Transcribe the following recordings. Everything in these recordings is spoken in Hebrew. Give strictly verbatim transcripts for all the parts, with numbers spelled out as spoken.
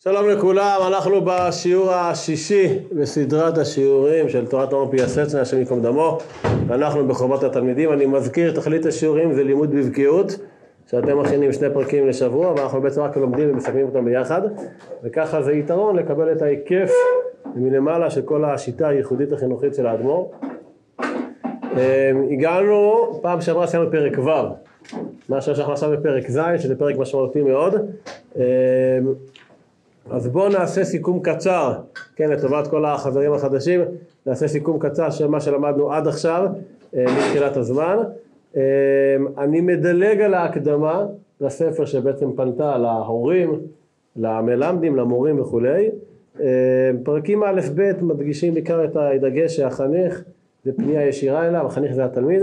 שלום לכולם, אנחנו בשיעור השישי בסדרת השיעורים של תורת האור פי הסצנה, השם ייקום דמו. אנחנו בחובת התלמידים. אני מזכיר, תכלית השיעורים זה לימוד בבקיאות, שאתם מכינים שני פרקים לשבוע, ואנחנו בעצם רק לומדים ומסכמים אותם ביחד, וככה זה יתרון לקבל את ההיקף מלמעלה של כל השיטה הייחודית החינוכית של האדמו"ר. הגענו, פעם שעברה סיימנו פרק ו', מה שאנחנו עכשיו בפרק ז', שזה פרק משמעותי מאוד. אז בואו נעשה סיכום קצר, כן, לטובת כל החברים החדשים, נעשה סיכום קצר של מה שלמדנו עד עכשיו, מתחילת הזמן. אני מדלג על ההקדמה לספר שבעצם פנתה להורים, למלמדים, למורים וכו'. פרקים א' ב' מדגישים בעיקר את הדגש שהחניך זה פנייה ישירה אליו, החניך זה התלמיד.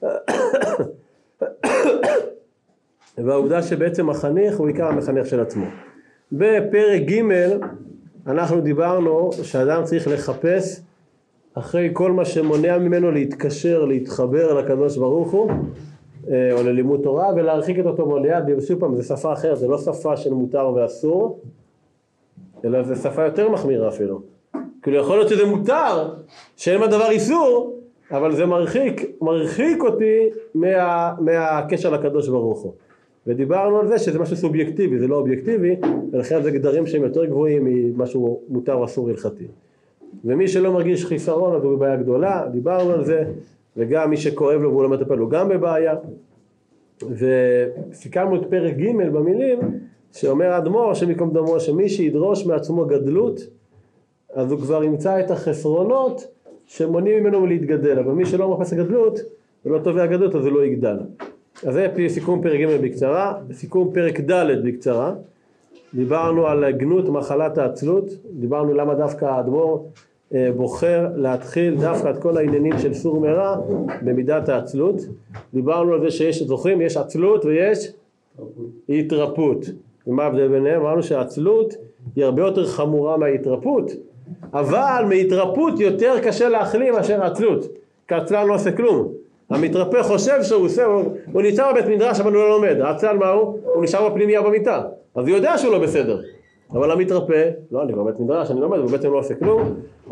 והעובדה שבעצם החניך הוא עיקר המחנך של עצמו. בפרק ג' אנחנו דיברנו שאדם צריך לחפש אחרי כל מה שמונע ממנו להתקשר, להתחבר לקדוש ברוך הוא, או ללימוד תורה, ולהרחיק את אותו מוליד. ושוב פעם, זה שפה אחרת, זה לא שפה של מותר ואסור, אלא זה שפה יותר מחמירה אפילו. כאילו יכול להיות שזה מותר, שאין מה דבר איסור, אבל זה מרחיק, מרחיק אותי מה, מהקשר לקדוש ברוך הוא. ודיברנו על זה שזה משהו סובייקטיבי, זה לא אובייקטיבי, ולכן זה גדרים שהם יותר גבוהים ממשהו מותר או אסור הלכתי. ומי שלא מרגיש חיסרון, אז הוא בבעיה גדולה, דיברנו על זה, וגם מי שכואב לו והוא לא מטפל הוא גם בבעיה. וסיכמנו את פרק ג' במילים, שאומר האדמו"ר, השם ייקום דמו, שמי שידרוש מעצמו גדלות, אז הוא כבר ימצא את החסרונות שמונעים ממנו להתגדל, אבל מי שלא מחפש גדלות, ולא תובע גדלות, אז הוא לא יגדל. אז זה סיכום פרק ג' בקצרה. סיכום פרק ד' בקצרה. דיברנו על גנות מחלת העצלות, דיברנו למה דווקא האדמו"ר בוחר להתחיל דווקא את כל העניינים של סור מרע במידת העצלות. דיברנו על זה שיש, זוכרים, יש עצלות ויש התרפות. ומה ההבדל ביניהם? אמרנו שהעצלות היא הרבה יותר חמורה מההתרפות, אבל מהתרפות יותר קשה להחלים מאשר העצלות, כי העצלן לא עושה כלום. המתרפא חושב שהוא עושה, הוא, הוא נשאר בבית מדרש אבל הוא לא לומד. העצלן מה הוא? הוא נשאר בפנימיה במיטה, אז הוא יודע שהוא לא בסדר. אבל המתרפא, לא, אני בבית מדרש, אני לומד, הוא בעצם לא עושה כלום.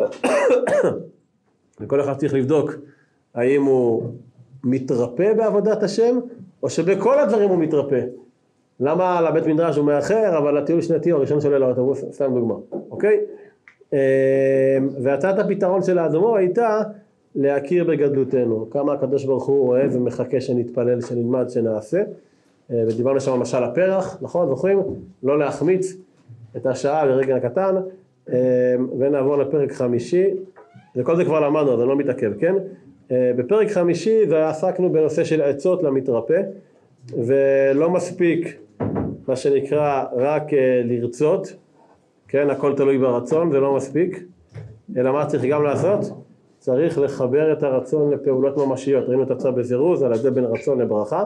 וכל אחד צריך לבדוק האם הוא מתרפא בעבודת השם, או שבכל הדברים הוא מתרפא. למה לבית מדרש הוא מאחר, אבל לטיול שנתי הוא הראשון שעולה לאוטובוס, סתם דוגמה, אוקיי? והצעת הפתרון של האדמו"ר הייתה להכיר בגדלותנו, כמה הקדוש ברוך הוא אוהב ומחכה שנתפלל, שנלמד, שנעשה. ודיברנו שם למשל הפרח, נכון? זוכרים? לא להחמיץ את השעה לרגע הקטן. ונעבור לפרק חמישי, וכל זה כבר למדנו, אז אני לא מתעכב, כן? בפרק חמישי זה עסקנו בנושא של עצות למתרפא, ולא מספיק מה שנקרא רק לרצות, כן? הכל תלוי ברצון, זה לא מספיק, אלא מה צריך גם לעשות? צריך לחבר את הרצון לפעולות ממשיות. ראינו את הצעה בזירוז, על ההבדל בין רצון לברכה.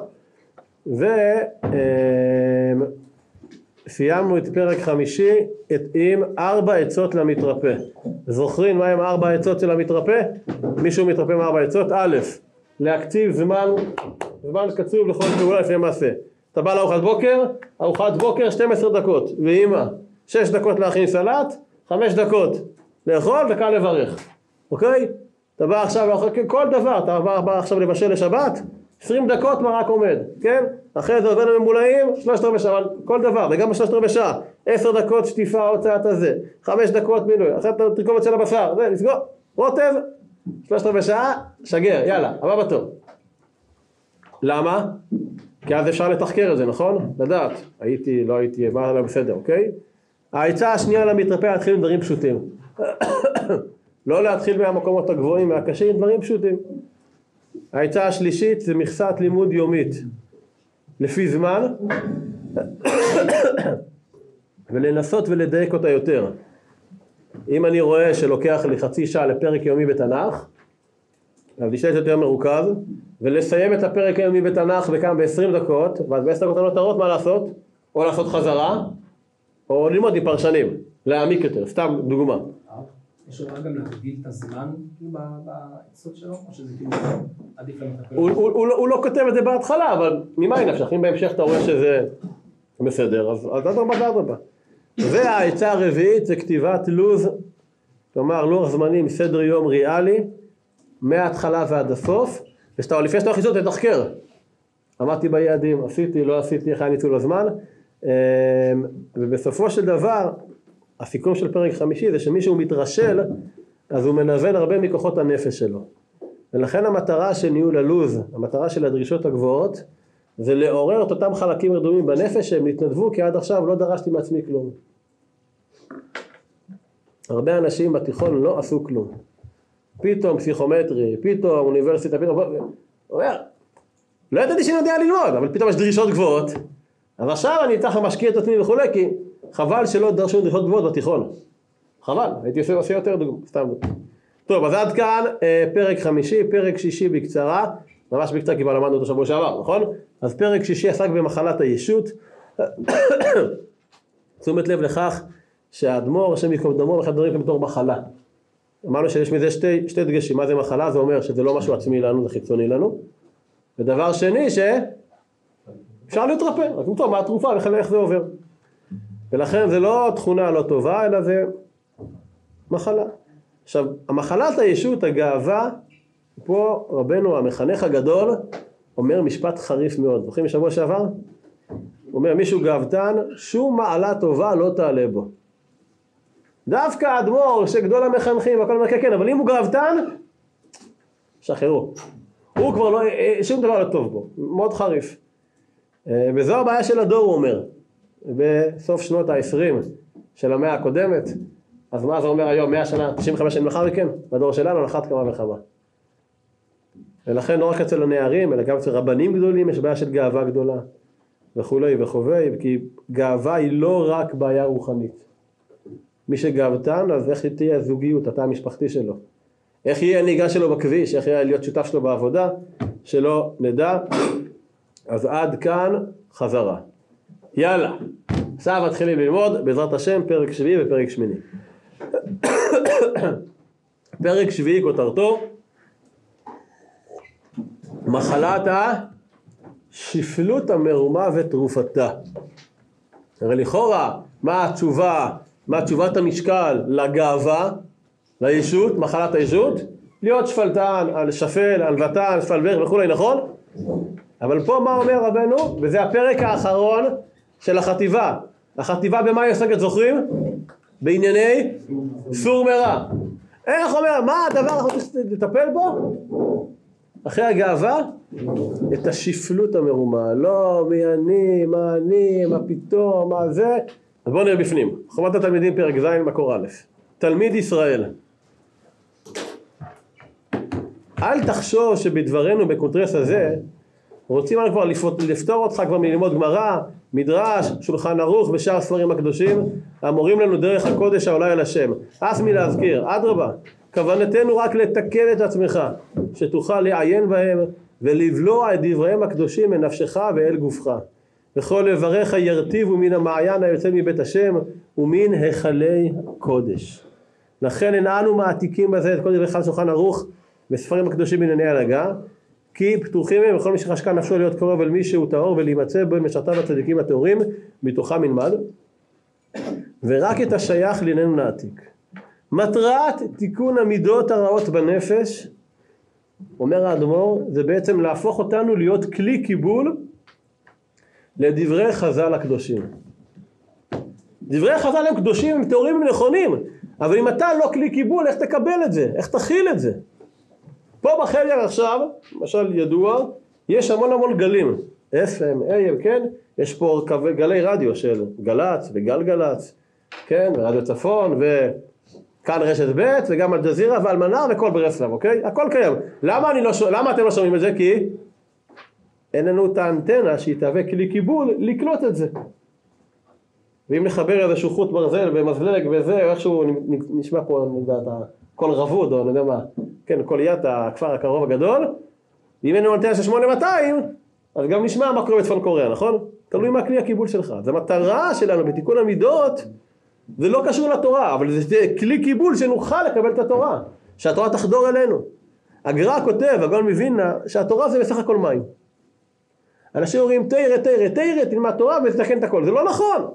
וסיימנו את פרק חמישי את, עם ארבע עצות למתרפא. זוכרים מה הם ארבע עצות של המתרפא? מישהו מתרפא עם ארבע עצות? א', להקציב זמן, זמן קצוב לכל פעולה לפני מעשה. אתה בא לארוחת בוקר, ארוחת בוקר שתים עשרה דקות, ואמא, שש דקות להכין סלט, חמש דקות לאכול וקל לברך. אוקיי? אתה בא עכשיו, כל דבר, אתה בא, בא עכשיו לבשל לשבת, עשרים דקות מה רק עומד, כן? אחרי זה עובד הממולאים, שלושת רבעי שעה, וכל דבר, וגם בשלושת רבעי שעה, עשר דקות שטיפה הוצאת הזה, חמש דקות מילוי, אחרי תרכובת של הבשר, זה, לסגור, רוטב, שלושת רבעי שעה, שגר, יאללה, הבא בתור. למה? כי אז אפשר לתחקר את זה, נכון? לדעת, הייתי, לא הייתי, מה לא בסדר, אוקיי? העצה השנייה למתרפא להתחיל עם דברים פשוטים. לא להתחיל מהמקומות הגבוהים, מהקשים, דברים פשוטים. העצה השלישית זה מכסת לימוד יומית. לפי זמן, ולנסות ולדייק אותה יותר. אם אני רואה שלוקח לי חצי שעה לפרק יומי בתנ"ך, אז נשאלת יותר מרוכז, ולסיים את הפרק היומי בתנ"ך בכמה ב-עשרים דקות, ואז ב-עשר דקות הנותרות מה לעשות? או לעשות חזרה, או ללמוד מפרשנים, להעמיק יותר, סתם דוגמה. יש לו גם להגדיל את הזמן בעצות שלו, או שזה כאילו עדיף למטפל? הוא לא כותב את זה בהתחלה, אבל ממה נפשך? אם בהמשך אתה רואה שזה בסדר, אז אדרבה ואדרבה. והעצה הרביעית זה כתיבת לוז, כלומר לוח זמנים, סדר יום ריאלי, מההתחלה ועד הסוף, ושאתה, לפני שאתה הולך לישון תתחקר. עמדתי ביעדים, עשיתי, לא עשיתי, איך היה ניצול הזמן, ובסופו של דבר, הסיכום של פרק חמישי זה שמישהו מתרשל, אז הוא מנוון הרבה מכוחות הנפש שלו. ולכן המטרה של ניהול הלוז, המטרה של הדרישות הגבוהות, זה לעורר את אותם חלקים רדומים בנפש שהם התנדבו, כי עד עכשיו לא דרשתי מעצמי כלום. הרבה אנשים בתיכון לא עשו כלום. פתאום פסיכומטרי, פתאום אוניברסיטה, פתאום... הוא אומר, לא ידעתי שאני יודע ללמוד, אבל פתאום יש דרישות גבוהות. אז עכשיו אני צריך למשקיע את עצמי וכו', כי חבל שלא דרשו דרישות גבוהות בתיכון. חבל, הייתי עושה עושה יותר דוגמא, סתם. טוב, אז עד כאן פרק חמישי, פרק שישי בקצרה, ממש בקצרה כי כבר למדנו אותו שבוע שעבר, נכון? אז פרק שישי עסק במחלת הישות. תשומת לב לכך שהאדמו"ר, השם ייקום דמו, אחד דברים בתור מחלה. אמרנו שיש מזה שתי, שתי דגשים, מה זה מחלה? זה אומר שזה לא משהו עצמי לנו, זה חיצוני לנו. ודבר שני שאפשר להתרפא, רק טוב, מה התרופה ואיך זה עובר. ולכן זה לא תכונה לא טובה, אלא זה מחלה. עכשיו, המחלת הישות, הגאווה, פה רבנו המחנך הגדול אומר משפט חריף מאוד. זוכרים משבוע שעבר? הוא אומר, מישהו גאוותן, שום מעלה טובה לא תעלה בו. דווקא האדמו"ר שגדול המחנכים והכל אומר, כן, אבל אם הוא גאוותן, שחררו. הוא כבר לא, שום דבר לא טוב בו. מאוד חריף. וזו הבעיה של הדור, הוא אומר. בסוף שנות ה-עשרים של המאה הקודמת, אז מה זה אומר היום, מאה שנה, תשעים וחמש שנים לאחר מכן, בדור שלנו, נחת כמה וכמה. ולכן לא רק אצל הנערים, אלא גם אצל רבנים גדולים, יש בעיה של גאווה גדולה, וכולי וכולי, כי גאווה היא לא רק בעיה רוחנית. מי שגאוותן, אז איך תהיה הזוגיות, התא המשפחתי שלו? איך יהיה הנהיגה שלו בכביש? איך יהיה להיות שותף שלו בעבודה? שלא נדע. אז עד כאן חזרה. יאללה, עכשיו מתחילים ללמוד, בעזרת השם, פרק שביעי ופרק שמיני. פרק שביעי כותרתו, מחלת השפלות המרומה ותרופתה. הרי לכאורה, מה התשובה, מה תשובת המשקל לגאווה, לישות, מחלת הישות? להיות שפלתן, שפל, ענוותן, שפלבר וכולי, נכון? אבל פה מה אומר רבנו? וזה הפרק האחרון של החטיבה. החטיבה במה היא עוסקת, זוכרים? בענייני סור מרע. איך אומר, מה הדבר אנחנו צריכים לטפל בו? אחרי הגאווה, את השפלות המרומה. לא, מי אני, מה אני, מה פתאום, מה זה. אז בואו נראה בפנים. חובת התלמידים פרק ז' מקור א'. תלמיד ישראל. אל תחשוב שבדברנו בקונטרס הזה, רוצים כבר לפתור אותך כבר מללמוד גמרא, מדרש, שולחן ערוך ושאר הספרים הקדושים, המורים לנו דרך הקודש העולה אל השם. אס מי להזכיר, אדרבה, כוונתנו רק לתקן את עצמך, שתוכל לעיין בהם ולבלוע את דבריהם הקדושים מנפשך ואל גופך. וכל לברך ירטיבו מן המעיין היוצא מבית השם ומן היכלי קודש. לכן אין אנו מעתיקים בזה את כל דברי חל שולחן ערוך בספרים הקדושים בענייני הנהגה, כי פתוחים הם וכל מי שחשקה נפשו להיות קרוב אל מי שהוא טהור ולהימצא בין משרתיו הצדיקים הטהורים, מתוכם נלמד, ורק את השייך לעינינו נעתיק. מטרת תיקון המידות הרעות בנפש, אומר האדמו"ר, זה בעצם להפוך אותנו להיות כלי קיבול לדברי חז"ל הקדושים. דברי חז"ל הם קדושים, הם טהורים, הם נכונים, אבל אם אתה לא כלי קיבול, איך תקבל את זה? איך תכיל את זה? פה בחדר עכשיו, למשל ידוע, יש המון המון גלים, אף אם, איי אם, כן? יש פה גלי רדיו של גלץ וגל גלץ, כן? ורדיו צפון, וכאן רשת ב' וגם אל ג'זירה ואל מנר וכל ברסלב, אוקיי? הכל קיים. למה, אני לא, למה אתם לא שומעים את זה? כי אין לנו את האנטנה שהיא תהווה כלי קיבול לקלוט את זה. ואם נחבר איזשהו חוט ברזל ומזלג וזה, איכשהו נשמע פה, אני יודע, כל רבוד או אני יודע מה, כן, כל יד הכפר הקרוב הגדול, אם אין לנו אנטנה של שמונה מאתיים, אז גם נשמע מה קורה בצפון קוריאה, נכון? תלוי מה כלי הקיבול שלך. זה מטרה שלנו בתיקון המידות, זה לא קשור לתורה, אבל זה כלי קיבול שנוכל לקבל את התורה, שהתורה תחדור אלינו. הגר"א כותב, הגאון מווילנה, שהתורה זה בסך הכל מים. אנשים אומרים, תראה, תראה, תראה, תלמד תורה ותתקן את הכל. זה לא נכון.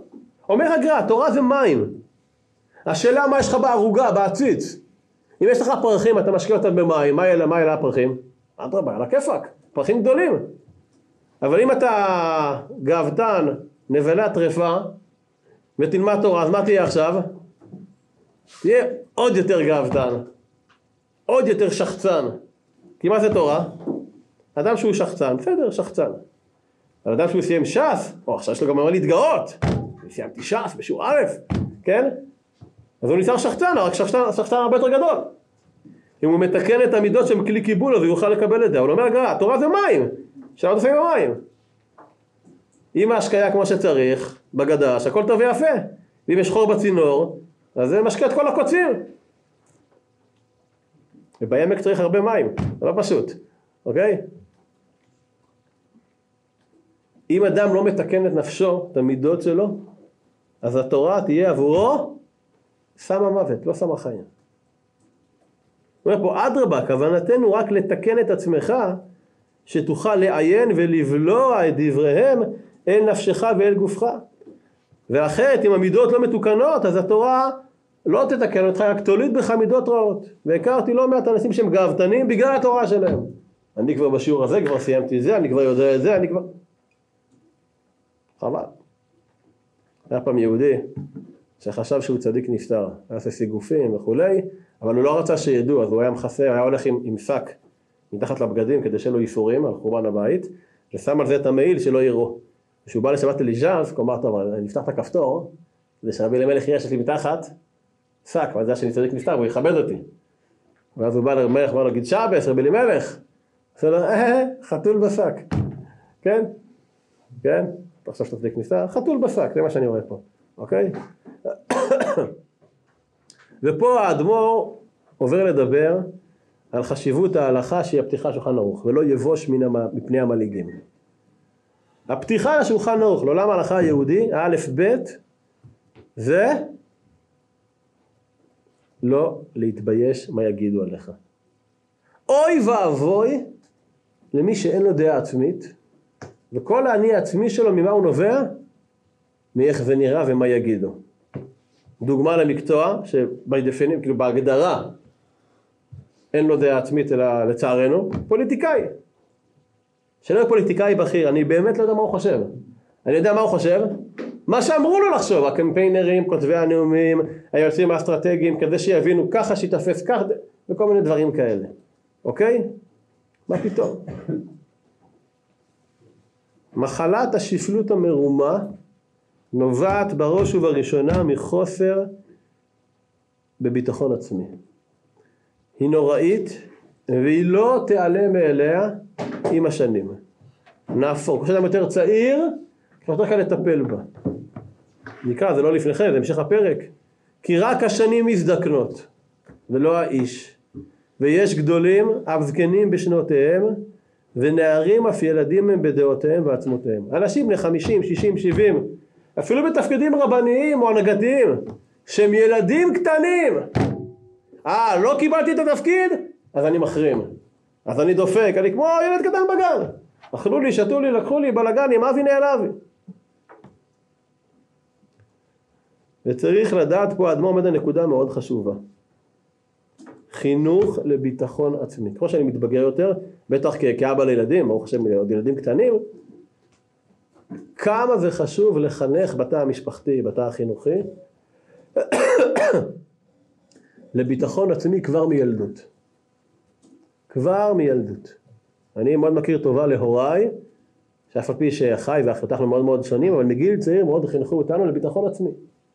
אומר הגר"א, תורה זה מים. השאלה מה יש לך בערוגה, בעציץ. אם יש לך פרחים, אתה משקיע אותם במים, מה יהיה, מה יהיה הפרחים? אדרבה, על הכיפק, פרחים גדולים. אבל אם אתה גאוותן, נבלה טרפה, ותלמד תורה, אז מה תהיה עכשיו? תהיה עוד יותר גאוותן, עוד יותר שחצן. כי מה זה תורה? אדם שהוא שחצן, בסדר, שחצן. אבל אדם שהוא סיים ש"ס, או עכשיו יש לו גם מה להתגאות, סיימתי ש"ס בשיעור א', כן? אז הוא נשאר שחצן, רק שחצן, שחצן הרבה יותר גדול. אם הוא מתקן את המידות שהם כלי קיבול, אז הוא יוכל לקבל את זה. אבל הוא אומר הגר"א, תורה זה מים, שלא תופעים במים. אם ההשקיה כמו שצריך, בגדש, הכל טוב ויפה. ואם יש חור בצינור, אז זה משקה את כל הקוצים. ובעמק צריך הרבה מים, זה לא פשוט, אוקיי? אם אדם לא מתקן את נפשו, את המידות שלו, אז התורה תהיה עבורו שמה מוות, לא שמה חיים. הוא אומר פה, אדרבה, כוונתנו רק לתקן את עצמך, שתוכל לעיין ולבלוע את דבריהם אל נפשך ואל גופך. ואחרת, אם המידות לא מתוקנות, אז התורה לא תתקן אותך, רק תוליד בך מידות רעות. והכרתי לא מעט אנשים שהם גאוותנים בגלל התורה שלהם. אני כבר בשיעור הזה, כבר סיימתי את זה, אני כבר יודע את זה, אני כבר... חבל. היה פעם יהודי שחשב שהוא צדיק נפטר, היה עושה סיגופים וכולי, אבל הוא לא רצה שידעו, אז הוא היה מחסה, היה הולך עם, עם שק מתחת לבגדים כדי שלא ייסורים על חורבן הבית, ושם על זה את המעיל שלא יראו. כשהוא בא לשבת אליז'ז, הוא אמר, טוב, אני אפתח את הכפתור, כדי שרבי אלימלך יראה שיש לי מתחת שק, אבל זה שאני צדיק נפטר, והוא יכבד אותי. ואז הוא בא למלך, אמר לו, גיד שבס, רבי אלימלך. עושה לו, אה, חתול בשק. כן? כן? אתה חושב שאתה צדיק נפטר? חתול בשק, זה מה שאני רואה פה. אוקיי? ופה האדמו"ר עובר לדבר על חשיבות ההלכה שהיא הפתיחה שולחן ערוך, ולא יבוש מפני המלעיגים. הפתיחה לשולחן ערוך, לעולם ההלכה היהודי, האלף בית, זה לא להתבייש מה יגידו עליך. אוי ואבוי למי שאין לו דעה עצמית, וכל האני העצמי שלו ממה הוא נובע? מאיך זה נראה ומה יגידו. דוגמה למקצוע שבדפנים, כאילו בהגדרה, אין לו דעה עצמית אלא לצערנו, פוליטיקאי. שלא יהיה פוליטיקאי בכיר, אני באמת לא יודע מה הוא חושב. אני יודע מה הוא חושב, מה שאמרו לו לחשוב, הקמפיינרים, כותבי הנאומים, היועצים האסטרטגיים, כדי שיבינו ככה, שיתפס כך, וכל מיני דברים כאלה. אוקיי? מה פתאום? מחלת השפלות המרומה נובעת בראש ובראשונה מחוסר בביטחון עצמי. היא נוראית והיא לא תיעלם מאליה עם השנים. נהפוך, כשאדם יותר צעיר, יותר קל לטפל בה. נקרא, זה לא לפניכם, זה המשך הפרק. כי רק השנים מזדקנות, ולא האיש. ויש גדולים, אף זקנים בשנותיהם, ונערים אף ילדים הם בדעותיהם ועצמותיהם. אנשים לחמישים, שישים, שבעים, אפילו בתפקידים רבניים או הנהגתיים, שהם ילדים קטנים. אה, לא קיבלתי את התפקיד? אז אני מחרים. אז אני דופק, אני כמו ילד קטן בגן. אכלו לי, שתו לי, לקחו לי, בלגן, עם אבי נעל אבי. וצריך לדעת פה, האדמו"ר עומד על נקודה מאוד חשובה. חינוך לביטחון עצמי. כמו שאני מתבגר יותר, בטח כאבא לילדים, ברוך השם, עוד ילדים קטנים, כמה זה חשוב לחנך בתא המשפחתי, בתא החינוכי, לביטחון עצמי כבר מילדות. כבר מילדות. אני מאוד מכיר טובה להוריי, שאף על פי שאחיי ואחיותינו מאוד מאוד שונים, אבל מגיל צעיר מאוד חינכו אותנו לביטחון עצמי.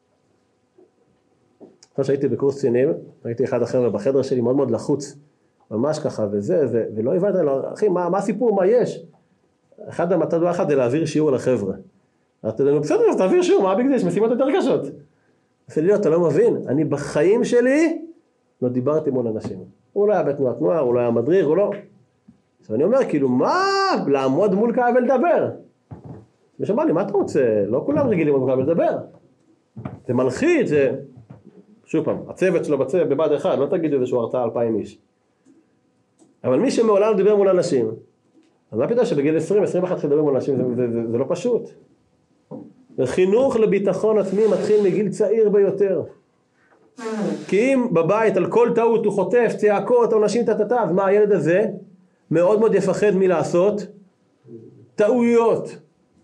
אחרי שהייתי בקורס קצינים, הייתי אחד החבר'ה בחדר שלי מאוד מאוד לחוץ, ממש ככה וזה, ו- ולא הבנתי לו, אחי, מה, מה הסיפור, מה יש? אחד המטרה אחת זה להעביר שיעור לחבר'ה. אמרתי לנו, בסדר, אז תעביר שיעור, מה בגלל? יש משימות יותר קשות. עושה לי, אתה לא מבין, אני בחיים שלי לא דיברתי מול אנשים. הוא לא היה בתנועת נוער, הוא לא היה מדריך, הוא לא. אז אני אומר, כאילו, מה? לעמוד מול קהל ולדבר. ושמע לי, מה אתה רוצה? לא כולם רגילים מול קהל ולדבר. זה מלחיץ, זה... שוב פעם, הצוות שלו בצוות בבד אחד, לא תגידו איזשהו הרצאה אלפיים איש. אבל מי שמעולם דיבר מול אנשים, אז מה פתאום שבגיל עשרים עשרים ואחת תדבר מול אנשים, זה, זה, זה, זה לא פשוט. וחינוך לביטחון עצמי מתחיל מגיל צעיר ביותר. כי אם בבית על כל טעות הוא חוטף צעקות או נשים תתתה, אז מה הילד הזה מאוד מאוד יפחד מלעשות? טעויות.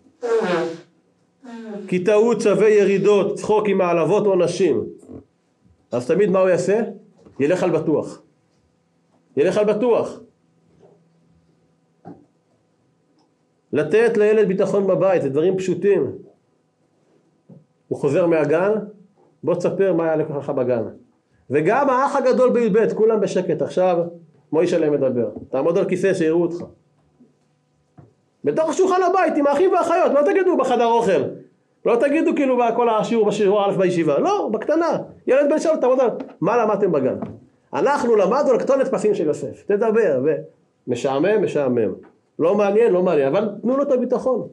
כי טעות שווה ירידות, צחוק עם העלבות או נשים. אז תמיד מה הוא יעשה? ילך על בטוח. ילך על בטוח. לתת לילד ביטחון בבית, זה דברים פשוטים. הוא חוזר מהגן, בוא תספר מה היה לך בגן. וגם האח הגדול בי"ב, כולם בשקט. עכשיו מוישה להם מדבר. תעמוד על כיסא שיראו אותך. בתוך השולחן הבית עם האחים והאחיות, לא תגידו בחדר אוכל. לא תגידו כאילו בכל השיעור בשיעור א' בישיבה. לא, בקטנה. ילד בן שלוש, תעמוד על... מה למדתם בגן? אנחנו למדנו על כתונת פסים של יוסף. תדבר, ומשעמם, משעמם. לא מעניין, לא מעניין, אבל תנו לו את הביטחון.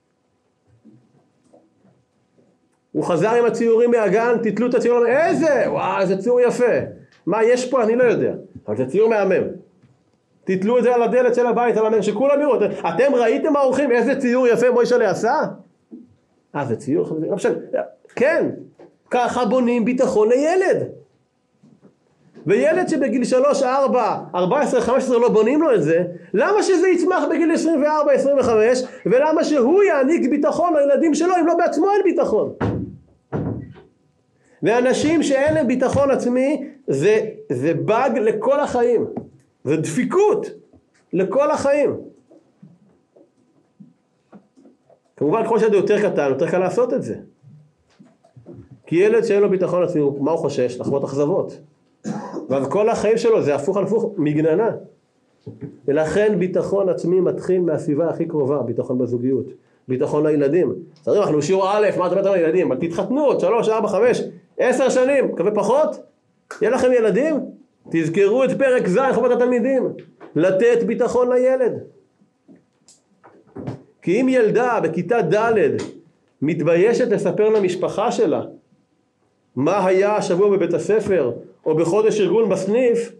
הוא חזר עם הציורים מהגן, תתלו את הציור, איזה, וואו, איזה ציור יפה. מה יש פה? אני לא יודע. אבל זה ציור מהמם. תתלו את זה על הדלת של הבית, על המם, שכולם יראו. אתם ראיתם האורחים, איזה ציור יפה מוישה עשה? אה, זה ציור? לא משנה. כן, ככה בונים ביטחון לילד. וילד שבגיל שלוש, ארבע, ארבע עשרה, חמש עשרה לא בונים לו את זה, למה שזה יצמח בגיל עשרים וארבע, עשרים וחמש, ולמה שהוא יעניק ביטחון לילדים שלו, אם לא בעצמו אין ביטחון? ואנשים שאין להם ביטחון עצמי, זה, זה באג לכל החיים. זה דפיקות לכל החיים. כמובן, ככל שזה יותר קטן, יותר קל לעשות את זה. כי ילד שאין לו ביטחון עצמי, מה הוא חושש? לחוות אכזבות. ואז כל החיים שלו זה הפוך על הפוך מגננה. ולכן ביטחון עצמי מתחיל מהסביבה הכי קרובה, ביטחון בזוגיות, ביטחון לילדים. צריך אנחנו שיעור א', מה אתה מדבר על ילדים? אבל תתחתנו עוד שלוש, ארבע, חמש, עשר שנים, כזה פחות? יהיה לכם ילדים? תזכרו את פרק ז' חובת התלמידים, לתת ביטחון לילד. כי אם ילדה בכיתה ד' מתביישת לספר למשפחה שלה מה היה השבוע בבית הספר או בחודש ארגון בסניף,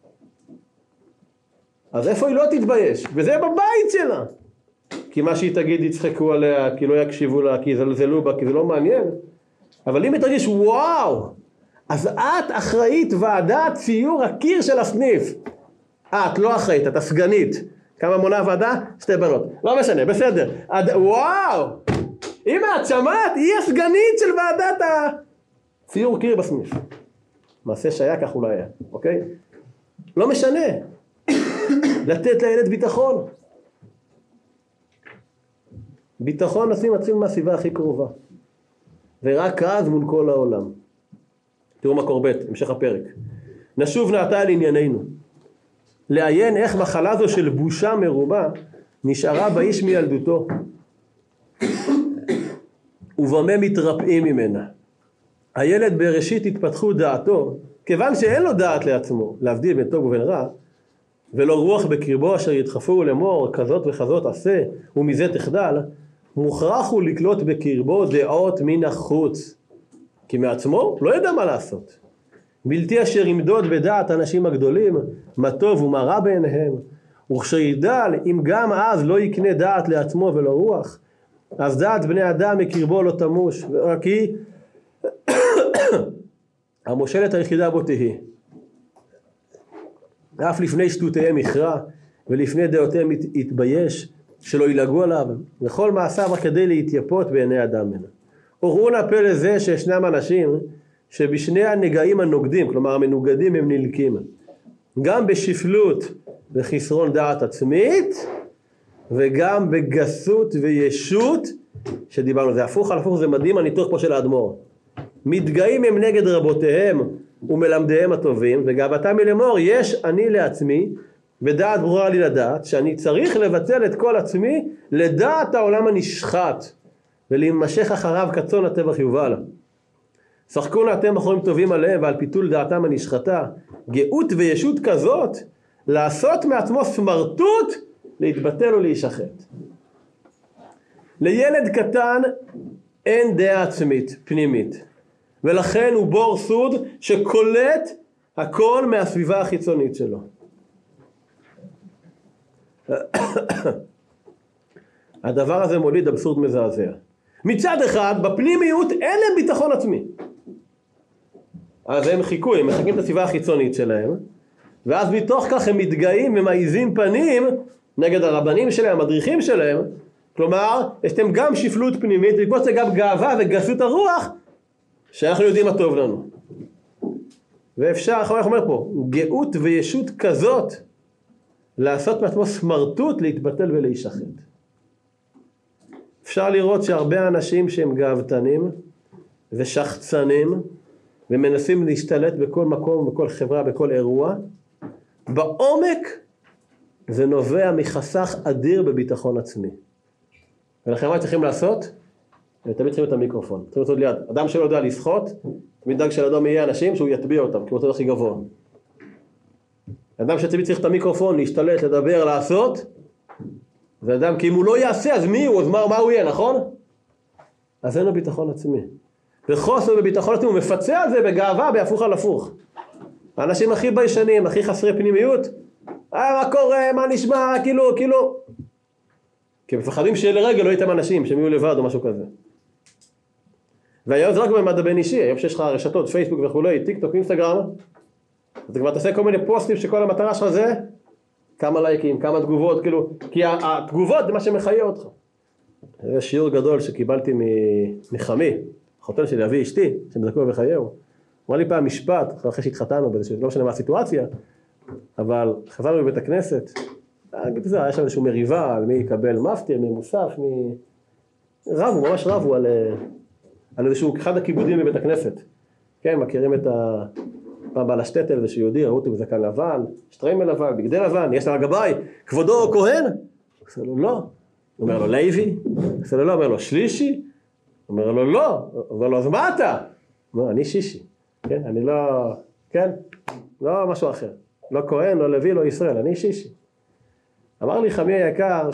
אז איפה היא לא תתבייש? וזה בבית שלה. כי מה שהיא תגיד יצחקו עליה, כי לא יקשיבו לה, כי יזלזלו בה, כי זה לא מעניין. אבל אם היא תרגיש וואו, אז את אחראית ועדת ציור הקיר של הסניף. את לא אחראית, את הסגנית. כמה מונה הוועדה? שתי בנות. לא משנה, בסדר. עד, וואו! אמא, את שמעת? היא הסגנית של ועדת הציור קיר בסניף. מעשה שהיה כך אולי היה, אוקיי? לא משנה. לתת לילד ביטחון. ביטחון עצמי מתחיל מהסביבה הכי קרובה. ורק אז מול כל העולם. תראו מקור ב', המשך הפרק. נשוב נעתה לענייננו. לעיין איך מחלה זו של בושה מרובה נשארה באיש מילדותו. ובמה מתרפאים ממנה. הילד בראשית התפתחו דעתו, כיוון שאין לו דעת לעצמו, להבדיל בין טוב ובין רע, ולא רוח בקרבו אשר ידחפו לאמור כזאת וכזאת עשה ומזה תחדל, מוכרח הוא לקלוט בקרבו דעות מן החוץ, כי מעצמו לא ידע מה לעשות. בלתי אשר ימדוד בדעת האנשים הגדולים מה טוב ומה רע בעיניהם, וכשידע אם גם אז לא יקנה דעת לעצמו ולא רוח, אז דעת בני אדם מקרבו לא תמוש, כי המושלת היחידה בו תהי. אף לפני שטותיהם יכרע, ולפני דעותיהם יתבייש, שלא ילגעו עליו, וכל מעשיו רק כדי להתייפות בעיני אדם ממנו. וראו נא פלא זה שישנם אנשים שבשני הנגעים הנוגדים, כלומר המנוגדים הם נלקים, גם בשפלות וחסרון דעת עצמית, וגם בגסות וישות, שדיברנו, זה הפוך על הפוך, זה מדהים הניתוח פה של האדמו"ר. מתגאים הם נגד רבותיהם ומלמדיהם הטובים, וגאוותם מלאמור, יש אני לעצמי, ודעת ברורה לי לדעת, שאני צריך לבטל את כל עצמי לדעת העולם הנשחט, ולהימשך אחריו כצאן הטבח יובל. שחקו נא אתם אחרים טובים עליהם, ועל פיתול דעתם הנשחטה, גאות וישות כזאת, לעשות מעצמו סמרטוט, להתבטל ולהישחט. לילד קטן אין דעה עצמית, פנימית. ולכן הוא בור סוד שקולט הכל מהסביבה החיצונית שלו. הדבר הזה מוליד אבסורד מזעזע. מצד אחד, בפנימיות אין להם ביטחון עצמי. אז הם חיכו, הם מחכים את הסביבה החיצונית שלהם, ואז מתוך כך הם מתגאים ומעיזים פנים נגד הרבנים שלהם, המדריכים שלהם. כלומר, יש להם גם שפלות פנימית, ופה זה גם גאווה וגסות הרוח, שאנחנו יודעים מה טוב לנו. ואפשר, איך הוא אומר פה, גאות וישות כזאת, לעשות מעצמו סמרטוט, להתבטל ולהישחט. אפשר לראות שהרבה אנשים שהם גאוותנים ושחצנים, ומנסים להשתלט בכל מקום, בכל חברה, בכל אירוע, בעומק זה נובע מחסך אדיר בביטחון עצמי. ולכן מה צריכים לעשות? תמיד צריכים את המיקרופון. צריכים לעשות ליד. אדם שלא יודע לשחות, תמיד דאג של אדם יהיה אנשים שהוא יטביע אותם, כי הוא רוצה הכי גבוה. אדם שתמיד צריך את המיקרופון, להשתלט, לדבר, לעשות, זה אדם, כי אם הוא לא יעשה, אז מי הוא? אז מה, מה הוא יהיה, נכון? אז אין לו ביטחון עצמי. וחוסר בביטחון עצמי, הוא מפצה על זה בגאווה, בהפוך על הפוך. האנשים הכי ביישנים, הכי חסרי פנימיות, אה, מה קורה, מה נשמע, כאילו, כאילו. כי מפחדים שיהיה לרגע לא איתם אנשים, שהם יהיו לבד או משהו כזה. והיום זה רק במדע בין אישי, היום שיש לך רשתות, פייסבוק וכולי, טיק טוק, אינסטגרם, אז כבר תעשה כל מיני פוסטים שכל המטרה שלך זה, כמה לייקים, כמה תגובות, כאילו, כי התגובות זה מה שמחיה אותך. זה שיעור גדול שקיבלתי מחמי, החותן שלי, אבי אשתי, שמזכו בחייהו. אמר לי פעם משפט, אחרי שהתחתנו, לא משנה מה הסיטואציה, אבל חזרנו בבית הכנסת, היה שם איזשהו מריבה על מי יקבל מפטיר, מי מוסף, מי... רבו, ממש רבו על, על איזשהו אחד הכיבודים בבית הכנסת. כן, מכירים את ה... פעם בעל השטטל, איזשהו יהודי, ראו אותי בזקן לבן, שטריימל לבן, בגדי לבן, יש לה גבאי, כבודו כהן? הוא עושה לו לא. הוא אומר לו לוי? הוא עושה לו לא, אומר לו שלישי? הוא אומר לו לא. הוא אומר לו אז מה אתה? הוא אומר אני שישי. כן, אני לא... כן, לא משהו אחר. לא כהן, לא לוי, לא ישראל, אני שישי. אמר לי חמי היקר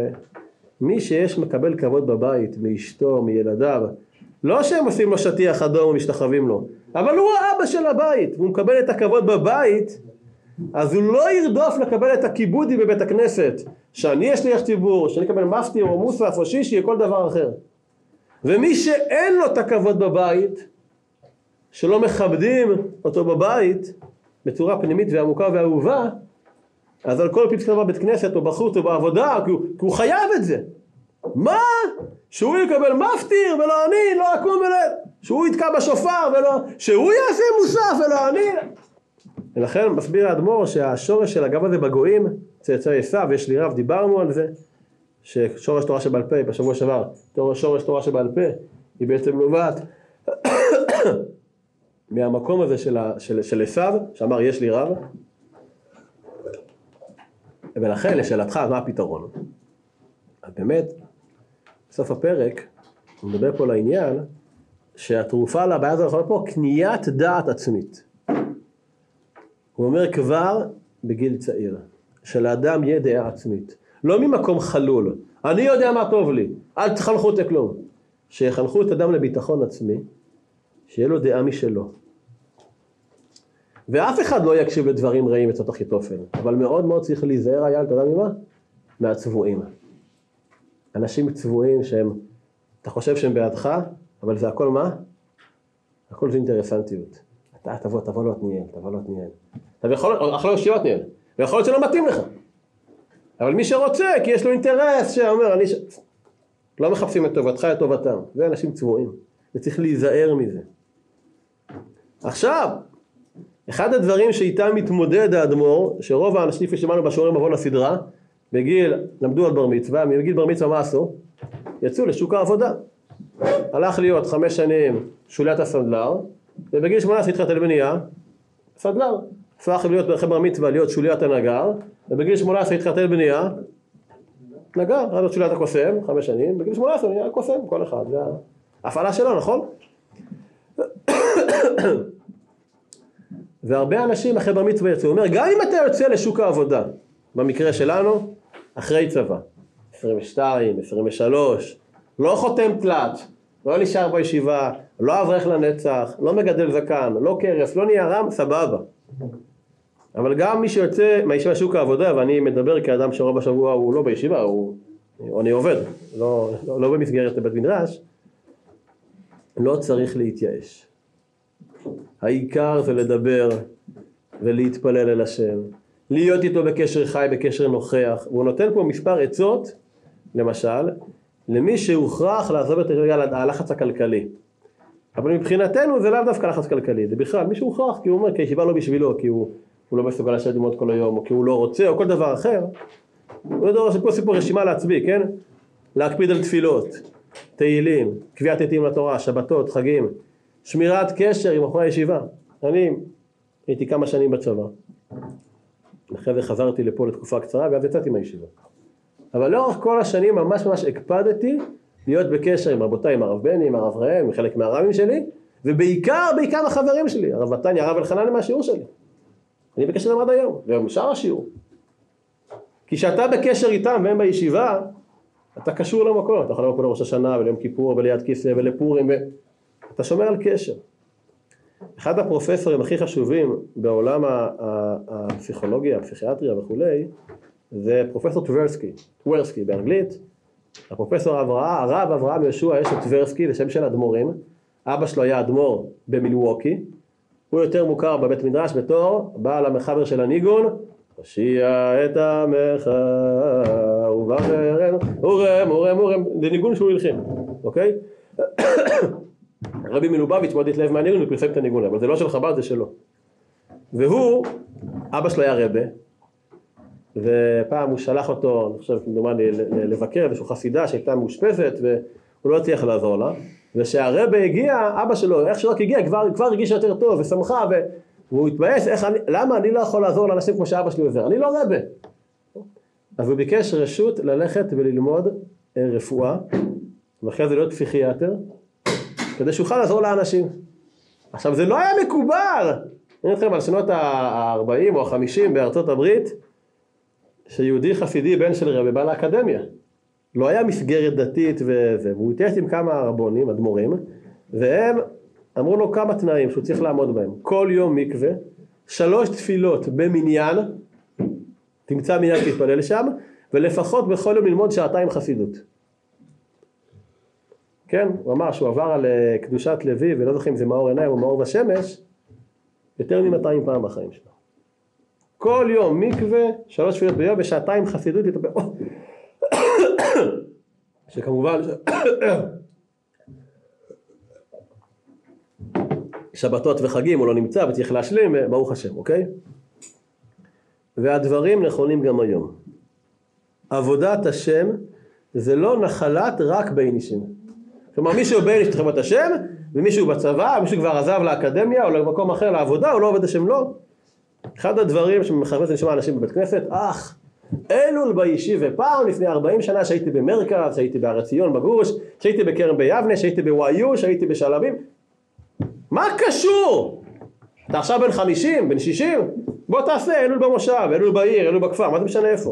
שמי שיש מקבל כבוד בבית, מאשתו, מילדיו, לא שהם עושים לו שטיח אדום ומשתחווים לו, אבל הוא האבא של הבית, והוא מקבל את הכבוד בבית, אז הוא לא ירדוף לקבל את הכיבודי בבית הכנסת, שאני יש לי ציבור, שאני אקבל מפטיר או מוסף או שישי או כל דבר אחר. ומי שאין לו את הכבוד בבית, שלא מכבדים אותו בבית, בצורה פנימית ועמוקה ואהובה, אז על כל פסקה בבית כנסת או בחוץ או בעבודה, כי הוא, כי הוא חייב את זה. מה? שהוא יקבל מפטיר ולא אני, לא אקום ולא... שהוא יתקע בשופר ולא... שהוא יעשה מוסף ולא אני... ולכן מסביר האדמו"ר שהשורש של הגב הזה בגויים, צאצאי עשיו, יש לי רב, דיברנו על זה, ששורש תורה שבעל פה, בשבוע שעבר, שורש תורה שבעל פה, היא בעצם נובעת מהמקום הזה של, של, של עשיו, שאמר יש לי רב, ולכן לשאלתך, מה הפתרון? אז באמת, בסוף הפרק, הוא מדבר פה לעניין, שהתרופה לבעיה הזו יכולה פה, קניית דעת עצמית. הוא אומר כבר בגיל צעיר, שלאדם יהיה דעה עצמית. לא ממקום חלול, אני יודע מה טוב לי, אל תחנכו את כלום. שיחנכו את אדם לביטחון עצמי, שיהיה לו דעה משלו. ואף אחד לא יקשיב לדברים רעים עצות אחיתופל, אבל מאוד מאוד צריך להיזהר היה, אתה יודע ממה? מהצבועים. אנשים צבועים שהם, אתה חושב שהם בעדך, אבל זה הכל מה? הכל זה אינטרסנטיות. אתה תבוא, תבוא לא תניאל, תבוא לא תניאל. אתה יכול, אחלה ישיבות תניאל, ויכול להיות שלא מתאים לך. אבל מי שרוצה, כי יש לו אינטרס שאומר, אני ש... לא מחפשים את טובתך, את טובתם. זה אנשים צבועים, וצריך להיזהר מזה. עכשיו, אחד הדברים שאיתם מתמודד האדמו"ר, שרוב האנשים ששמענו בשיעורים מבוא לסדרה, בגיל, למדו על בר מצווה, בגיל בר מצווה מה עשו? יצאו לשוק העבודה. הלך להיות חמש שנים שוליית הסנדלר, ובגיל שמונה עשרה התחתן בנייה, סנדלר. הפך להיות אחרי בר מצווה להיות שוליית הנגר, ובגיל שמונה עשרה התחתן בנייה, נגר, עד עוד שוליית הקוסם, חמש שנים, בגיל שמונה עשרה נהיה הקוסם, כל אחד. זה ההפעלה שלו, נכון? והרבה אנשים אחרי בר מצווה יצאו, הוא אומר, גם אם אתה יוצא לשוק העבודה, במקרה שלנו, אחרי צבא, עשרים ושתיים, עשרים ושלוש, לא חותם תלת, לא נשאר בישיבה, לא אברך לנצח, לא מגדל זקן, לא קרס, לא נהיה רם, סבבה. אבל גם מי שיוצא מהישיבה לשוק העבודה, ואני מדבר כאדם שרוב השבוע הוא לא בישיבה, הוא, אני עובד, לא, לא, לא במסגרת בית מדרש, לא צריך להתייאש. העיקר זה לדבר ולהתפלל אל השם, להיות איתו בקשר חי, בקשר נוכח. והוא נותן פה מספר עצות, למשל, למי שהוכרח לעזוב את הלחץ הכלכלי. אבל מבחינתנו זה לאו דווקא לחץ כלכלי, זה בכלל מי שהוכרח, כי הוא אומר, כי הישיבה לא בשבילו, כי הוא, הוא לא מסוגל לשבת ללמוד כל היום, או כי הוא לא רוצה, או כל דבר אחר. הוא יודע שפה סיפור רשימה לעצמי, כן? להקפיד על תפילות, תהילים, קביעת עתים לתורה, שבתות, חגים, שמירת קשר עם אחרי הישיבה. אני הייתי כמה שנים בצבא, אחרי זה חזרתי לפה לתקופה קצרה, ואז יצאתי מהישיבה. אבל לאורך כל השנים ממש ממש הקפדתי להיות בקשר עם רבותיי, עם הרב בני, עם הרב ראם, עם חלק מהרבים שלי, ובעיקר, בעיקר החברים שלי, הרב מתניה, הרב אלחנן מהשיעור שלי. אני בקשר עם עד היום, והם שאר השיעור. כי כשאתה בקשר איתם והם בישיבה, אתה קשור למקום, אתה יכול לבוא פה לראש השנה וליום כיפור וליד כיסא ולפורים, ואתה שומר על קשר. אחד הפרופסורים הכי חשובים בעולם הפסיכולוגיה, הפסיכיאטריה וכולי, זה פרופסור טברסקי, טברסקי באנגלית. הפרופסור אברהם, הרב אברהם יהושע אשת טברסקי, זה שם של אדמו"רים. אבא שלו היה אדמו"ר במילווקי. הוא יותר מוכר בבית מדרש בתור בעל המחבר של הניגון, הושיע את עמך ובחרנו, אורם, אורם, אורם, זה ניגון שהוא הלחין, אוקיי? רבי מלובביץ' מאוד התלהב מהניגון ופרסם את הניגון, אבל זה לא של חב"ד, זה שלו. והוא, אבא שלו היה רבה, ופעם הוא שלח אותו, אני חושב, כמדומני, לבקר איזושהי חסידה שהייתה מאושפזת, והוא לא הצליח לעזור לה, ושהרבה הגיע, אבא שלו, איך שרק הגיע, כבר, כבר הרגיש יותר טוב ושמחה, והוא התבאס, איך אני, למה אני לא יכול לעזור לאנשים כמו שאבא שלי עוזר? אני לא רבה. אז הוא ביקש רשות ללכת וללמוד רפואה, ואחרי זה להיות פסיכיאטר, כדי שיוכל לעזור לאנשים. עכשיו, זה לא היה מקובל. אני אתכם על שנות ה-ארבעים או ה-חמישים בארצות הברית, שיהודי חסידי בן של רבי בא לאקדמיה. לא היה מסגרת דתית וזה, והוא התייעץ עם כמה רבונים, אדמו"רים, והם אמרו לו כמה תנאים שהוא צריך לעמוד בהם. כל יום מקווה, שלוש תפילות במניין, תמצא מניין להתפלל שם, ולפחות בכל יום ללמוד שעתיים חסידות. כן, הוא אמר שהוא עבר על קדושת לוי, ולא זוכרים אם זה מאור עיניים או מאור בשמש, יותר מ-מאתיים פעם בחיים שלו. כל יום מקווה, שלוש תפילות ביום, ושעתיים חסידות להתפלל. שכמובן שבתות וחגים הוא לא נמצא וצריך להשלים, ברוך השם, אוקיי? והדברים נכונים גם היום. עבודת השם זה לא נחלת רק בין אישים. כלומר, מישהו בין איש תחמת השם, ומישהו בצבא, מישהו כבר עזב לאקדמיה או למקום אחר לעבודה, הוא לא עובד השם, לא. אחד הדברים שמחרפת נשמע אנשים בבית כנסת, אך אלול בישיבה, פעם לפני ארבעים שנה שהייתי במרכז, שהייתי בהר ציון בגוש, שהייתי בכרם ביבנה, שהייתי בוואיו, שהייתי בשלבים. מה קשור? אתה עכשיו בן חמישים, בן שישים? בוא תעשה אלול במושב, אלול בעיר, אלול בכפר, מה זה משנה איפה?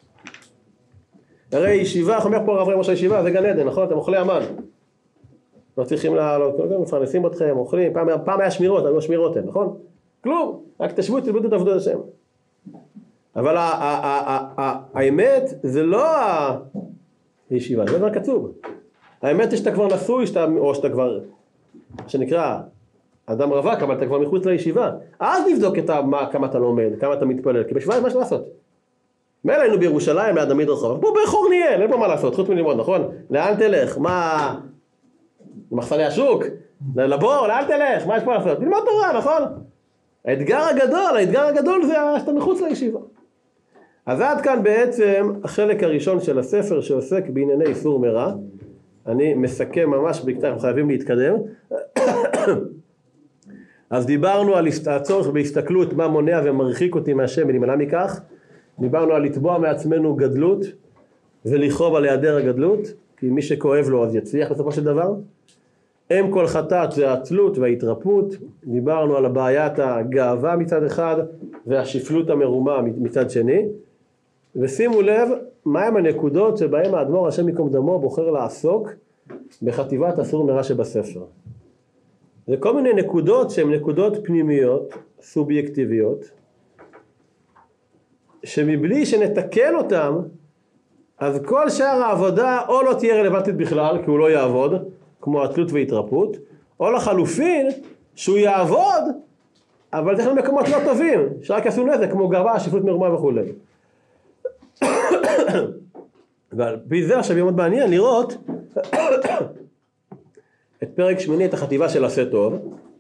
הרי ישיבה, איך אומר פה הרב ראש הישיבה, זה גן עדן, נכון? אתם אוכלי המן. לא צריכים לעלות, מפרנסים אתכם, אוכלים, פעם, פעם היה שמירות, היו שמירות, נכון? כלום, רק תשבו, תלמדו את עבודת השם. אבל האמת זה לא הישיבה, זה דבר קצוב. האמת היא שאתה כבר נשוי, או שאתה כבר, שנקרא, אדם רווק, אבל אתה כבר מחוץ לישיבה. אז נבדוק כמה אתה לומד, כמה אתה מתפלל, כי בשביל מה לעשות? מילא היינו בירושלים ליד המדרחוב, פה בחור ניאל, אין פה מה לעשות, חוץ מלמוד, נכון? לאן תלך? מה? למחסני השוק? לבור? לאן תלך? מה יש פה לעשות? ללמוד תורה, נכון? האתגר הגדול, האתגר הגדול זה שאתה מחוץ לישיבה. אז עד כאן בעצם החלק הראשון של הספר שעוסק בענייני איסור מרע. אני מסכם ממש בקצרה, אנחנו חייבים להתקדם. אז דיברנו על הצורך בהסתכלות מה מונע ומרחיק אותי מהשם ולהימנע מכך. דיברנו על לתבוע מעצמנו גדלות ולכאוב על היעדר הגדלות, כי מי שכואב לו אז יצליח בסופו של דבר. אם כל חטאת זה העצלות וההתרפות. דיברנו על הבעיית הגאווה מצד אחד והשפלות המרומה מצד שני. ושימו לב מהם הנקודות שבהם האדמו"ר השם ייקום דמו בוחר לעסוק בחטיבת אסור מרע שבספר. זה כל מיני נקודות שהן נקודות פנימיות, סובייקטיביות, שמבלי שנתקן אותם, אז כל שאר העבודה או לא תהיה רלוונטית בכלל, כי הוא לא יעבוד, כמו התלות והתרפות, או לחלופין שהוא יעבוד, אבל צריך למקומות לא טובים, שרק יעשו נזק, כמו גאווה, שפלות מרומה וכו'. ועל פי זה עכשיו יהיה מאוד מעניין לראות את פרק שמיני, את החטיבה של עשה טוב.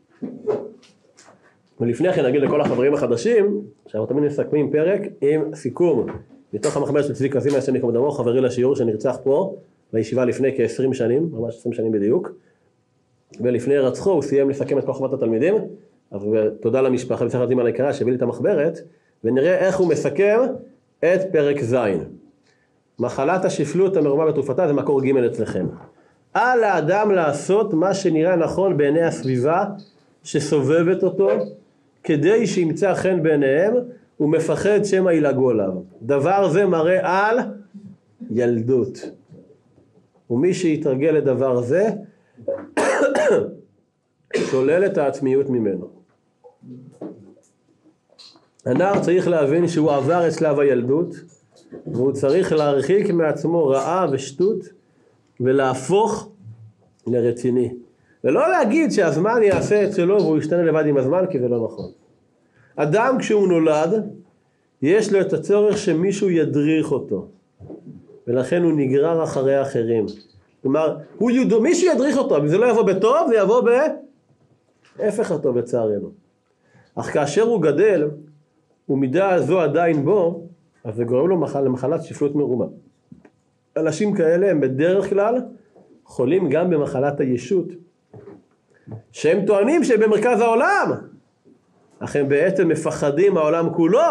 ולפני כן נגיד לכל החברים החדשים, שאנחנו תמיד מסכמים פרק עם סיכום מתוך המחבר של צביקה זימה, השם ייקום דמו, חברי לשיעור שנרצח פה בישיבה לפני כ-עשרים שנים, ממש עשרים שנים בדיוק, ולפני רצחו הוא סיים לסכם את כל חובת התלמידים. אז תודה למשפחה וצריך לדעים על היקרה שהביא לי את המחברת, ונראה איך הוא מסכם את פרק ז'. מחלת השפלות המרומה בתרופתה, זה מקור ג' אצלכם. על האדם לעשות מה שנראה נכון בעיני הסביבה שסובבת אותו, כדי שימצא חן בעיניהם, הוא מפחד שמא ילעגו עליו. דבר זה מראה על ילדות. ומי שיתרגל לדבר זה, שולל את העצמיות ממנו. הנער צריך להבין שהוא עבר את שלב הילדות, והוא צריך להרחיק מעצמו רעה ושטות, ולהפוך לרציני. ולא להגיד שהזמן יעשה את שלו, והוא ישתנה לבד עם הזמן, כי זה לא נכון. אדם כשהוא נולד, יש לו את הצורך שמישהו ידריך אותו. ולכן הוא נגרר אחרי האחרים. כלומר, הוא יודו, מישהו ידריך אותו, אבל זה לא יבוא בטוב, זה יבוא בהפך הטוב לצערנו. אך כאשר הוא גדל, ומידה הזו עדיין בו, אז זה גורם לו מחל, למחלת שפלות מרומה. אנשים כאלה הם בדרך כלל חולים גם במחלת הישות, שהם טוענים שהם במרכז העולם, אך הם בעצם מפחדים מהעולם כולו,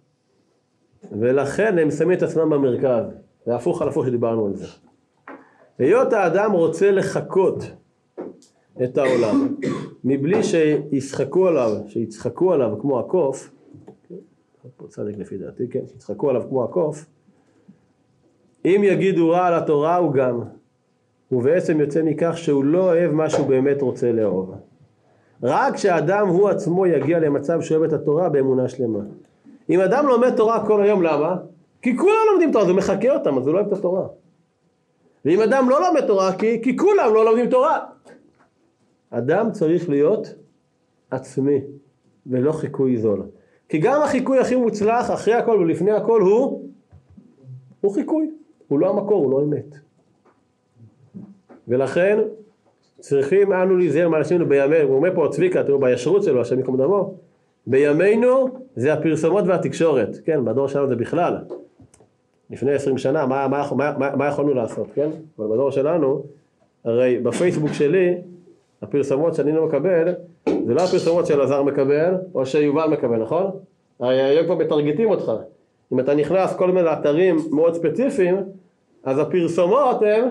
ולכן הם שמים את עצמם במרכז. זה הפוך על הפוך שדיברנו על זה. היות האדם רוצה לחכות את העולם, מבלי שישחקו עליו, שיצחקו עליו כמו הקוף, פה צדק לפי דעתי, כן, שיצחקו עליו כמו הקוף, אם יגידו רע על התורה הוא גם, הוא בעצם יוצא מכך שהוא לא אוהב מה שהוא באמת רוצה לאהוב. רק כשאדם הוא עצמו יגיע למצב שאוהב את התורה באמונה שלמה. אם אדם לומד תורה כל היום, למה? כי כולם לומדים תורה, זה מחכה אותם, אז הוא לא אוהב את התורה. ואם אדם לא לומד תורה, כי, כי כולם לא לומדים תורה. אדם צריך להיות עצמי, ולא חיקוי זול. כי גם החיקוי הכי מוצלח, אחרי הכל ולפני הכל, הוא, הוא חיקוי. הוא לא המקור, הוא לא אמת. ולכן, צריכים אנו להיזהר מאנשים בימינו, הוא אומר פה צביקה, תראו בישרות שלו, השם ייקום דמו, בימינו זה הפרסומות והתקשורת, כן, בדור שלנו זה בכלל. לפני עשרים שנה, מה, מה, מה, מה, מה יכולנו לעשות, כן? אבל בדור שלנו, הרי בפייסבוק שלי, הפרסומות שאני לא מקבל, זה לא הפרסומות שאלעזר מקבל, או שיובל מקבל, נכון? הרי היום כבר מטרגטים אותך. אם אתה נכנס כל מיני אתרים מאוד ספציפיים, אז הפרסומות הם...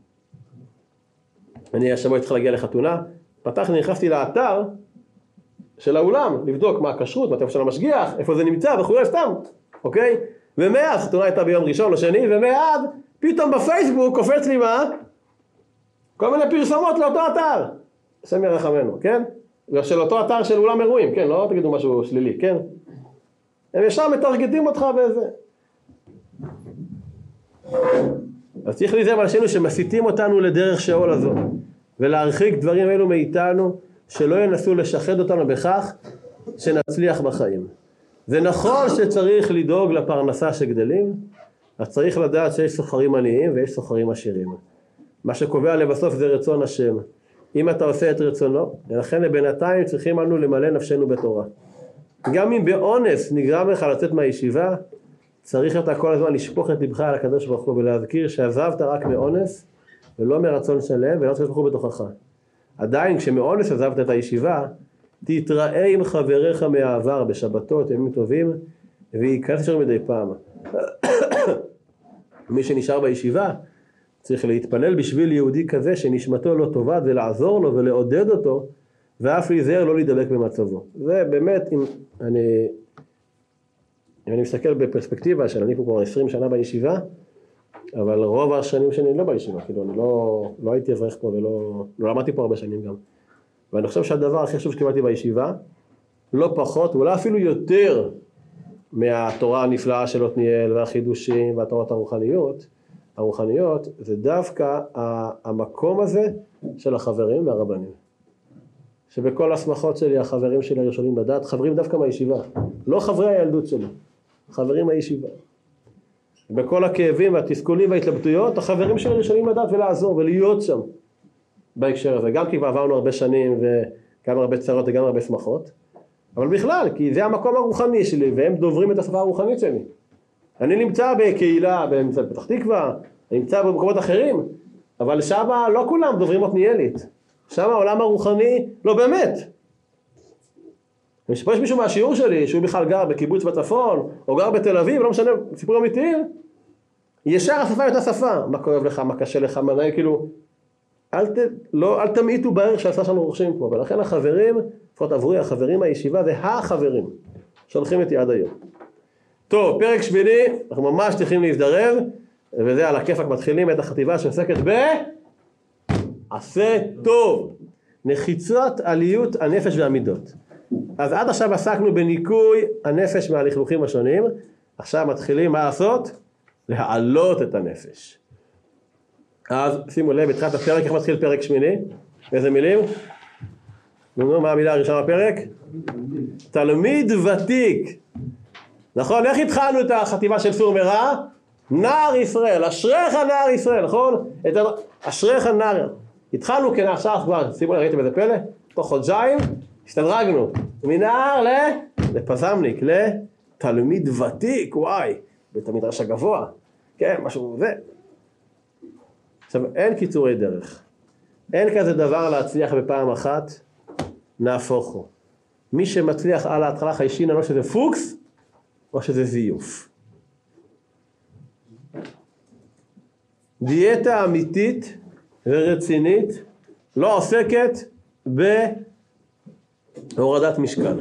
אני השבוע צריך להגיע לחתונה, פתח, נכנסתי לאתר של האולם, לבדוק מה הכשרות, מה טבע של המשגיח, איפה זה נמצא וכו' סתם, אוקיי? ומאז, חתונה הייתה ביום ראשון או שני, ומאז פתאום בפייסבוק קופץ לי מה? כל מיני פרסומות לאותו אתר. השם ירחמנו, כן? של אותו אתר של אולם אירועים, כן? לא תגידו משהו שלילי, כן? הם ישר מטרגטים אותך באיזה. אז צריך להיזהר מאנשינו שמסיתים אותנו לדרך שאול הזו, ולהרחיק דברים אלו מאיתנו, שלא ינסו לשחד אותנו בכך שנצליח בחיים. זה נכון שצריך לדאוג לפרנסה שגדלים, אז צריך לדעת שיש סוחרים עניים ויש סוחרים עשירים. מה שקובע לבסוף זה רצון השם. אם אתה עושה את רצונו, ולכן לבינתיים צריכים אנו למלא נפשנו בתורה. גם אם באונס נגרם לך לצאת מהישיבה, צריך אתה כל הזמן לשפוך את לבך על הקדוש ברוך הוא, ולהזכיר שעזבת רק מאונס, ולא מרצון שלם, ולא צריך ברוך בתוכך. עדיין כשמאונס עזבת את הישיבה, תתראה עם חבריך מהעבר בשבתות, ימים טובים, וייכנס לשם מדי פעם. מי שנשאר בישיבה, צריך להתפלל בשביל יהודי כזה שנשמתו לא טובה, ולעזור לו ולעודד אותו, ואף להיזהר לא להידבק במצבו. זה באמת, אם אני, אם אני מסתכל בפרספקטיבה של אני פה כבר עשרים שנה בישיבה, אבל רוב השנים שאני לא בישיבה, כאילו אני לא, לא הייתי אברך פה ולא לא למדתי פה הרבה שנים גם. ואני חושב שהדבר הכי חשוב שקיבלתי בישיבה, לא פחות, אולי אפילו יותר מהתורה הנפלאה של עתניאל והחידושים והתורת הרוחניות, הרוחניות, זה דווקא המקום הזה של החברים והרבנים. שבכל הסמכות שלי, החברים שלי הראשונים בדת, חברים דווקא מהישיבה. לא חברי הילדות שלי, חברים מהישיבה. בכל הכאבים והתסכולים וההתלבטויות, החברים שלי הראשונים בדת ולעזור ולהיות שם בהקשר הזה. גם כי כבר עברנו הרבה שנים וגם הרבה צרות וגם הרבה שמחות. אבל בכלל, כי זה המקום הרוחני שלי, והם דוברים את השפה הרוחנית שלי. אני נמצא בקהילה, נמצא בפתח תקווה, אני נמצא במקומות אחרים, אבל שם לא כולם דוברים עתניאלית. שם העולם הרוחני, לא באמת. פה יש מישהו מהשיעור שלי, שהוא בכלל גר בקיבוץ בצפון, או גר בתל אביב, לא משנה, סיפור אמיתי, ישר השפה היא אותה שפה. מה כואב לך, מה קשה לך, מה נעים, כאילו, אל, ת, לא, אל תמעיטו בערך שהשפה שלנו רוכשים פה. ולכן החברים, לפחות עבורי, החברים מהישיבה, זה החברים שהולכים איתי עד היום. טוב, פרק שמיני, אנחנו ממש צריכים להזדרב, וזה על הכיפק מתחילים את החטיבה שעוסקת ב... עשה טוב, נחיצות עליות הנפש והמידות. אז עד עכשיו עסקנו בניקוי הנפש מהלכלוכים השונים, עכשיו מתחילים מה לעשות? להעלות את הנפש. אז שימו לב, בתחילת הפרק, איך מתחיל פרק שמיני? איזה מילים? נו, מה המילה הראשונה בפרק? תלמיד ותיק. נכון, איך התחלנו את החטיבה של סור מרע? נער ישראל, אשריך נער ישראל, נכון? את ה... אשריך נער. התחלנו כנער, עכשיו כבר, שימו לב, ראיתם איזה פלא? תוך חודשיים, הסתדרגנו. מנער ל... לפזמניק, לתלמיד ותיק, וואי, בית המדרש הגבוה. כן, משהו זה. עכשיו, אין קיצורי דרך. אין כזה דבר להצליח בפעם אחת, נהפוך הוא. מי שמצליח על ההתחלה חיישין, לא שזה פוקס, או שזה זיוף. דיאטה אמיתית ורצינית לא עוסקת בהורדת משקל.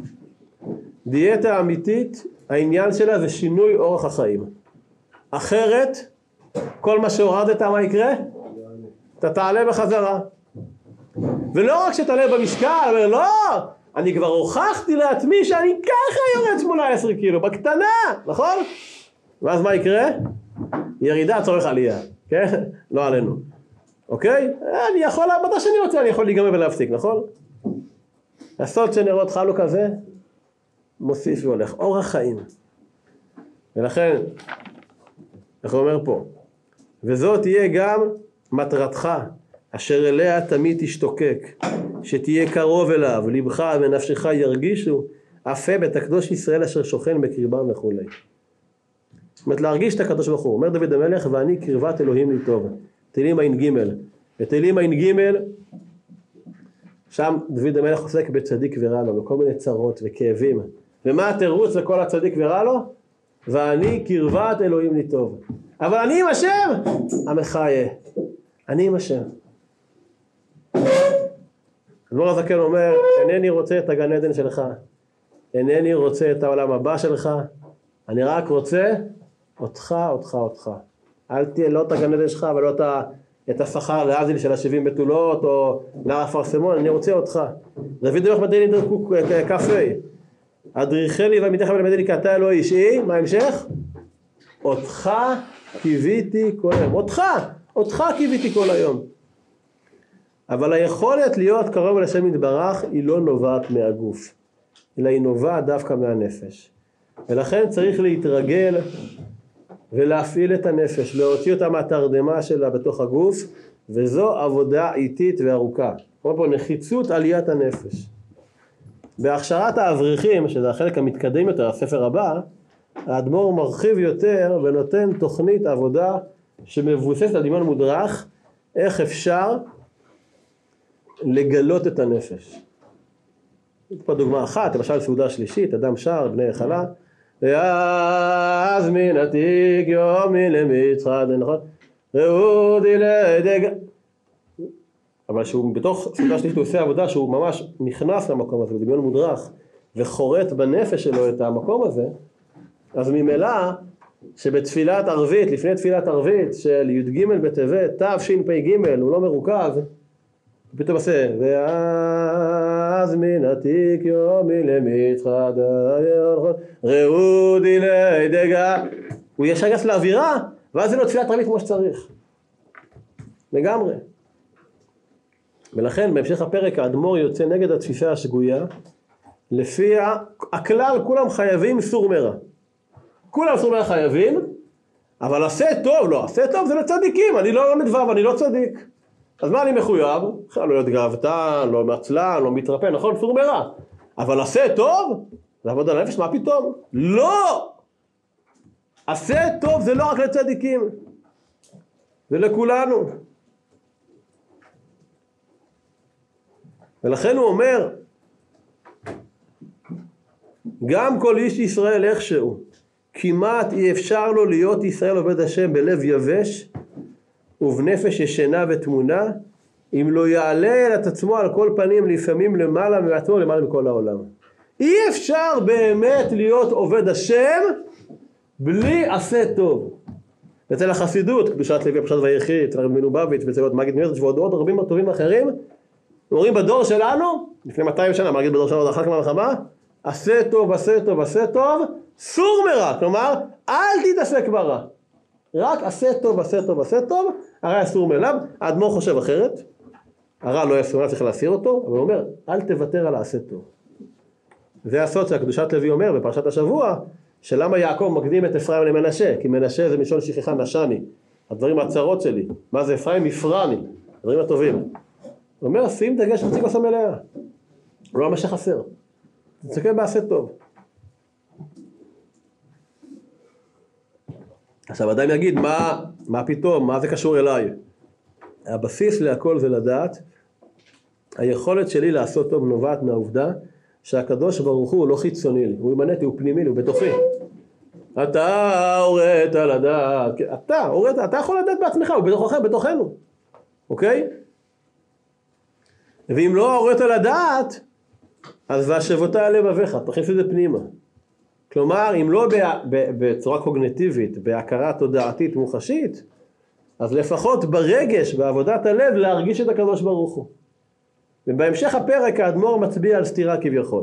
דיאטה אמיתית, העניין שלה זה שינוי אורח החיים. אחרת, כל מה שהורדת, מה יקרה? אתה תעלה בחזרה. ולא רק שתעלה במשקל, אומר, לא, אני כבר הוכחתי לעצמי שאני ככה יורד שמונה עשרה קילו, בקטנה, נכון? ואז מה יקרה? ירידה צורך עלייה, כן? לא עלינו. אוקיי? אני יכול, מתי שאני רוצה, אני יכול להיגמר ולהפסיק, נכון? הסוד שנרות חלוק הזה, מוסיף והולך. אורח חיים. ולכן, איך הוא אומר פה? וזאת תהיה גם מטרתך, אשר אליה תמיד תשתוקק, שתהיה קרוב אליו, לבך ונפשך ירגישו, אפה בית הקדוש ישראל אשר שוכן בקרבם וכו'. זאת אומרת, להרגיש את הקדוש ברוך הוא. אומר דוד המלך, ואני קרבת אלוהים לי טוב. תהילים עין ג' ותהילים עין ג' שם דוד המלך עוסק בצדיק ורע לו, בכל מיני צרות וכאבים. ומה התירוץ לכל הצדיק ורע לו? ואני קרבת אלוהים לי טוב. אבל אני עם השם, המחיה. אני עם השם. אדמו"ר הזקן אומר, אינני רוצה את הגן עדן שלך, אינני רוצה את העולם הבא שלך, אני רק רוצה אותך, אותך, אותך. אל תהיה לא את הגן עדן שלך, ולא את, את השכר להזיל של השבעים בתולות, או נער אפרסמון, אני רוצה אותך. דוד המלך מדעי לי קפה, אדריכי לי ועמיתך ולמדי לי כי אתה אלוהי אישי, מה המשך? אותך קיוויתי כל היום, אותך, אותך קיוויתי כל היום. אבל היכולת להיות קרוב לשם יתברך היא לא נובעת מהגוף, אלא היא נובעת דווקא מהנפש. ולכן צריך להתרגל ולהפעיל את הנפש, להוציא אותה מהתרדמה שלה בתוך הגוף, וזו עבודה איטית וארוכה. כמו פה נחיצות עליית הנפש. בהכשרת האברכים, שזה החלק המתקדם יותר, הספר הבא, האדמו"ר מרחיב יותר ונותן תוכנית עבודה שמבוססת על דמיון מודרך, איך אפשר לגלות את הנפש. פה דוגמה אחת, למשל סעודה שלישית, אדם שר, בני חלה, ואז מן עתיק יומי למצחד, נכון? ראו דילי דגה. אבל שהוא בתוך סעודה שלישית הוא עושה עבודה שהוא ממש נכנס למקום הזה, בדמיון מודרך, וחורט בנפש שלו את המקום הזה, אז ממילא שבתפילת ערבית, לפני תפילת ערבית של י"ג בטבת, תשפ"ג, הוא לא מרוכז, פתאום עושה, ואז מן עתיק יומי למצחד, ראו דילי דגה, הוא ישר נכנס לאווירה, ואז זה לא תפילת ערבית כמו שצריך. לגמרי. ולכן בהמשך הפרק האדמו"ר יוצא נגד התפיסה השגויה, לפי הכלל כולם חייבים סור מרע. כולם סור מרע חייבים, אבל עשה טוב, לא, עשה טוב זה לצדיקים, אני לא לומד ו', אני לא צדיק. אז מה אני מחויב? לא להיות גאוותן, לא מעצלן, לא מתרפא, נכון, סור מרע. אבל עשה טוב? לעבוד על הנפש, מה פתאום? לא! עשה טוב זה לא רק לצדיקים, זה לכולנו. ולכן הוא אומר, גם כל איש ישראל איכשהו, כמעט אי אפשר לו להיות ישראל עובד השם בלב יבש ובנפש ישנה ותמונה, אם לא יעלה את עצמו על כל פנים לפעמים למעלה מעצמו למעלה מכל העולם. אי אפשר באמת להיות עובד השם בלי עשה טוב. אצל החסידות, קדושת לוי פרשת ויחי, אצל רבי מלובביץ' ואצל עוד מגיד מזריץ' ועוד עוד רבים טובים אחרים, אומרים בדור שלנו, לפני מאתיים שנה, מה נגיד בדור שלנו, אחר כך מהמלחמה, עשה טוב, עשה טוב, עשה טוב, סור מרע, כלומר, אל תתעסק ברע. רק עשה טוב, עשה טוב, עשה טוב, הרע אסור מאליו. האדמו"ר חושב אחרת, הרע לא אסור, צריך להסיר אותו, אבל הוא אומר, אל תוותר על העשה טוב. זה הסוד שהקדושת לוי אומר בפרשת השבוע, שלמה יעקב מקדים את אפרים למנשה, כי מנשה זה מלשון שכחה נשני, הדברים הצרות שלי. מה זה אפרים? מפרני, הדברים הטובים. הוא אומר, שים דגש מציג עושה מלאה, לא מה שחסר, תסתכל בעשה טוב. עכשיו אדם יגיד, מה, מה פתאום, מה זה קשור אליי? הבסיס להכל זה לדעת, היכולת שלי לעשות טוב נובעת מהעובדה, שהקדוש ברוך הוא לא חיצוני לי, הוא אימנטי, הוא פנימי לי, הוא בתוכי. אתה הורית לדעת, אתה הורית, אתה יכול לדעת בעצמך, הוא בתוכך, בתוכנו, אוקיי? ואם לא הורית לדעת, אז והשבותה על לבביך, תכניס את זה פנימה. כלומר, אם לא בצורה קוגניטיבית, בהכרה תודעתית מוחשית, אז לפחות ברגש, בעבודת הלב, להרגיש את הקדוש ברוך הוא. ובהמשך הפרק האדמו"ר מצביע על סתירה כביכול.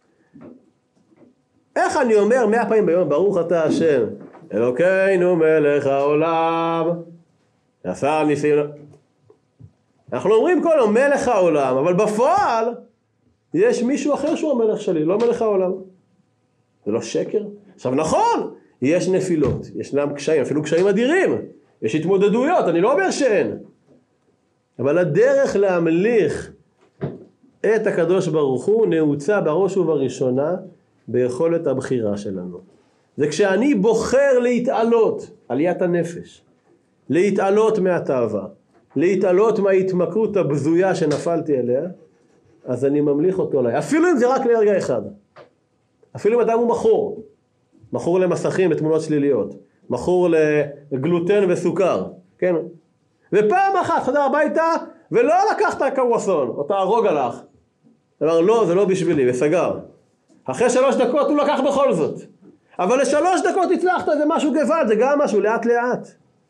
איך אני אומר מאה פעמים ביום, ברוך אתה השם, אלוקינו מלך העולם, עשה ניסים. אנחנו אומרים כל יום מלך העולם, אבל בפועל יש מישהו אחר שהוא המלך שלי, לא מלך העולם. זה לא שקר? עכשיו נכון, יש נפילות, ישנם קשיים, אפילו קשיים אדירים, יש התמודדויות, אני לא אומר שאין. אבל הדרך להמליך את הקדוש ברוך הוא נעוצה בראש ובראשונה ביכולת הבחירה שלנו. זה כשאני בוחר להתעלות, עליית הנפש, להתעלות מהתאווה, להתעלות מההתמכרות הבזויה שנפלתי אליה, אז אני ממליך אותו עליי, אפילו אם זה רק לרגע אחד. אפילו אם אדם הוא מכור, מכור למסכים ותמונות שליליות, מכור לגלוטן וסוכר, כן? ופעם אחת חזר הביתה ולא לקח את הקרואסון, או את הרוג הלך. אמר לא, זה לא בשבילי, וסגר. אחרי שלוש דקות הוא לקח בכל זאת. אבל לשלוש דקות הצלחת, זה משהו גבד, זה גם משהו לאט לאט.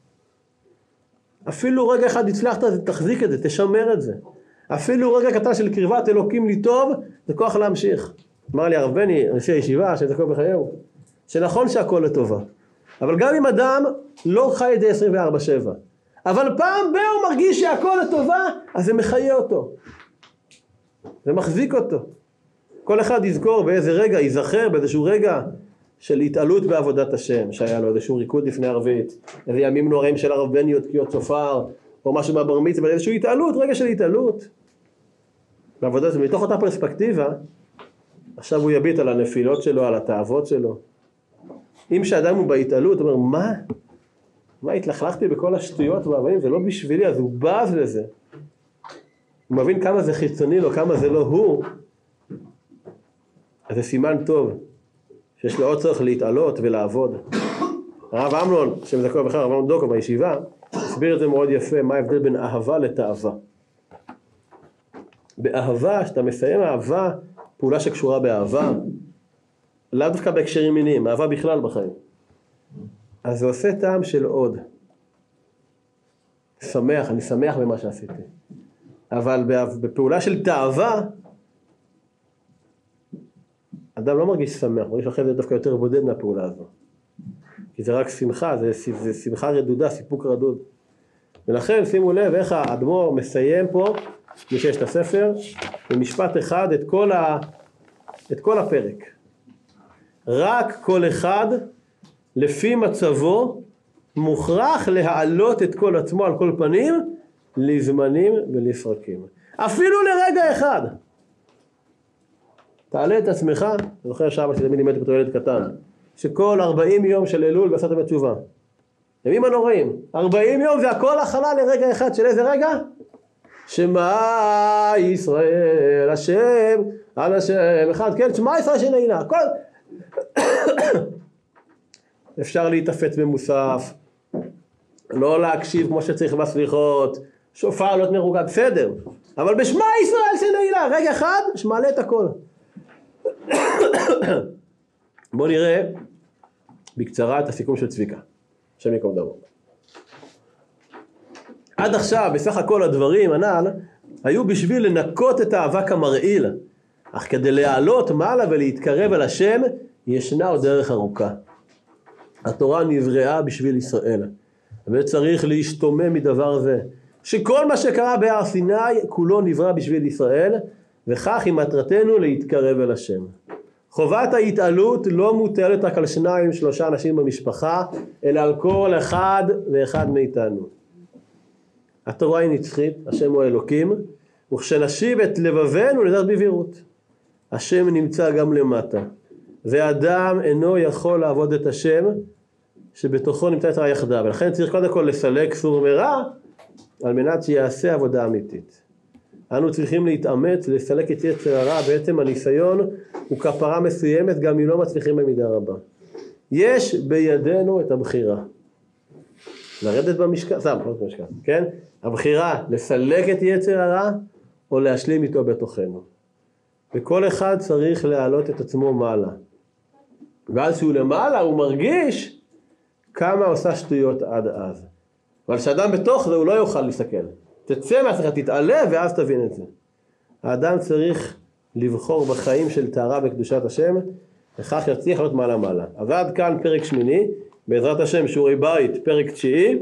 אפילו רגע אחד הצלחת, זה תחזיק את זה, תשמר את זה. אפילו רגע קטן של קרבת אלוקים לי טוב, זה כוח להמשיך. אמר לי הרב בני, נשיא הישיבה, שזה כל בחייהו, שנכון שהכל לטובה. אבל גם אם אדם לא חי את זה עשרים וארבע שבע, אבל פעם בה הוא מרגיש שהכל לטובה, אז זה מחיה אותו. זה מחזיק אותו. כל אחד יזכור באיזה רגע, ייזכר באיזשהו רגע של התעלות בעבודת השם, שהיה לו איזשהו ריקוד לפני ערבית, איזה ימים נוראים של הרב בני או תקיעות שופר, או משהו מהבר מצווה, איזשהו התעלות, רגע של התעלות. בעבודת, מתוך אותה פרספקטיבה, עכשיו הוא יביט על הנפילות שלו, על התאוות שלו. אם שאדם הוא בהתעלות, הוא אומר, מה? מה התלכלכתי בכל השטויות והבאים, זה לא בשבילי, אז הוא בז לזה. הוא מבין כמה זה חיצוני לו, כמה זה לא הוא. אז זה סימן טוב, שיש לו עוד צורך להתעלות ולעבוד. הרב אמנון, שם זכור בכלל, הרב אמנון דוקו בישיבה, הסביר את זה מאוד יפה, מה ההבדל בין אהבה לתאווה. באהבה, שאתה מסיים אהבה, פעולה שקשורה באהבה, לאו דווקא בהקשרים מיניים, אהבה בכלל בחיים. אז זה עושה טעם של עוד. שמח, אני שמח במה שעשיתי. אבל בפעולה של תאווה, אדם לא מרגיש שמח, מרגיש אחרי זה דווקא יותר בודד מהפעולה הזו. כי זה רק שמחה, זה, זה שמחה רדודה, סיפוק רדוד. ולכן שימו לב איך האדמו"ר מסיים פה, מי שיש את הספר, במשפט אחד את כל, ה, את כל הפרק. רק כל אחד לפי מצבו מוכרח להעלות את כל עצמו על כל פנים לזמנים ולפרקים. אפילו לרגע אחד. תעלה את עצמך, זוכר שמה שתמיד לימד בתור ילד קטן, שכל ארבעים יום של אלול ועשתם בתשובה. ימים הנוראים. ארבעים יום זה הכל הכלה לרגע אחד של איזה רגע? שמע ישראל השם על השם אחד, כן, שמע ישראל שנעילה. הכל... אפשר להתאפץ במוסף, לא להקשיב כמו שצריך בסליחות, שופר לא תנרוגה, בסדר. אבל בשמע ישראל שנעילה, רגע אחד, שמעלה את הכל. בואו נראה בקצרה את הסיכום של צביקה. השם יקום דמו. עד עכשיו בסך הכל הדברים הנ"ל היו בשביל לנקות את האבק המרעיל, אך כדי להעלות מעלה ולהתקרב אל השם ישנה עוד דרך ארוכה. התורה נבראה בשביל ישראל, וצריך להשתומם מדבר זה, שכל מה שקרה בהר סיני כולו נברא בשביל ישראל, וכך היא מטרתנו להתקרב אל השם. חובת ההתעלות לא מוטלת רק על שניים שלושה אנשים במשפחה, אלא על כל אחד ואחד מאיתנו. התורה היא נצחית, השם הוא אלוקים, וכשנשיב את לבבנו לדעת בבירות. השם נמצא גם למטה, ואדם אינו יכול לעבוד את השם שבתוכו נמצא את הרע יחדיו, ולכן צריך קודם כל לסלק סור מרע על מנת שיעשה עבודה אמיתית. אנו צריכים להתאמץ לסלק את יצר הרע, בעצם הניסיון הוא כפרה מסוימת גם אם לא מצליחים במידה רבה. יש בידינו את הבחירה. לרדת במשקל, סתם, לא במשקל, כן? הבחירה לסלק את יצר הרע או להשלים איתו בתוכנו. וכל אחד צריך להעלות את עצמו מעלה. ואז שהוא למעלה הוא מרגיש כמה עושה שטויות עד אז. אבל כשאדם בתוך זה הוא לא יוכל להסתכל. תצא מהשכל, תתעלה ואז תבין את זה. האדם צריך לבחור בחיים של טהרה בקדושת השם, וכך יצליח להיות מעלה מעלה. אז עד כאן פרק שמיני, בעזרת השם שיעורי בית פרק תשיעי,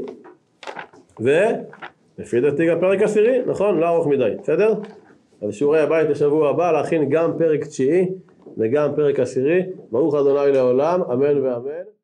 ולפי דעתי גם פרק עשירי, נכון? לא ארוך מדי, בסדר? אז שיעורי הבית לשבוע הבא להכין גם פרק תשיעי וגם פרק עשירי. ברוך ה' לעולם, אמן ואמן.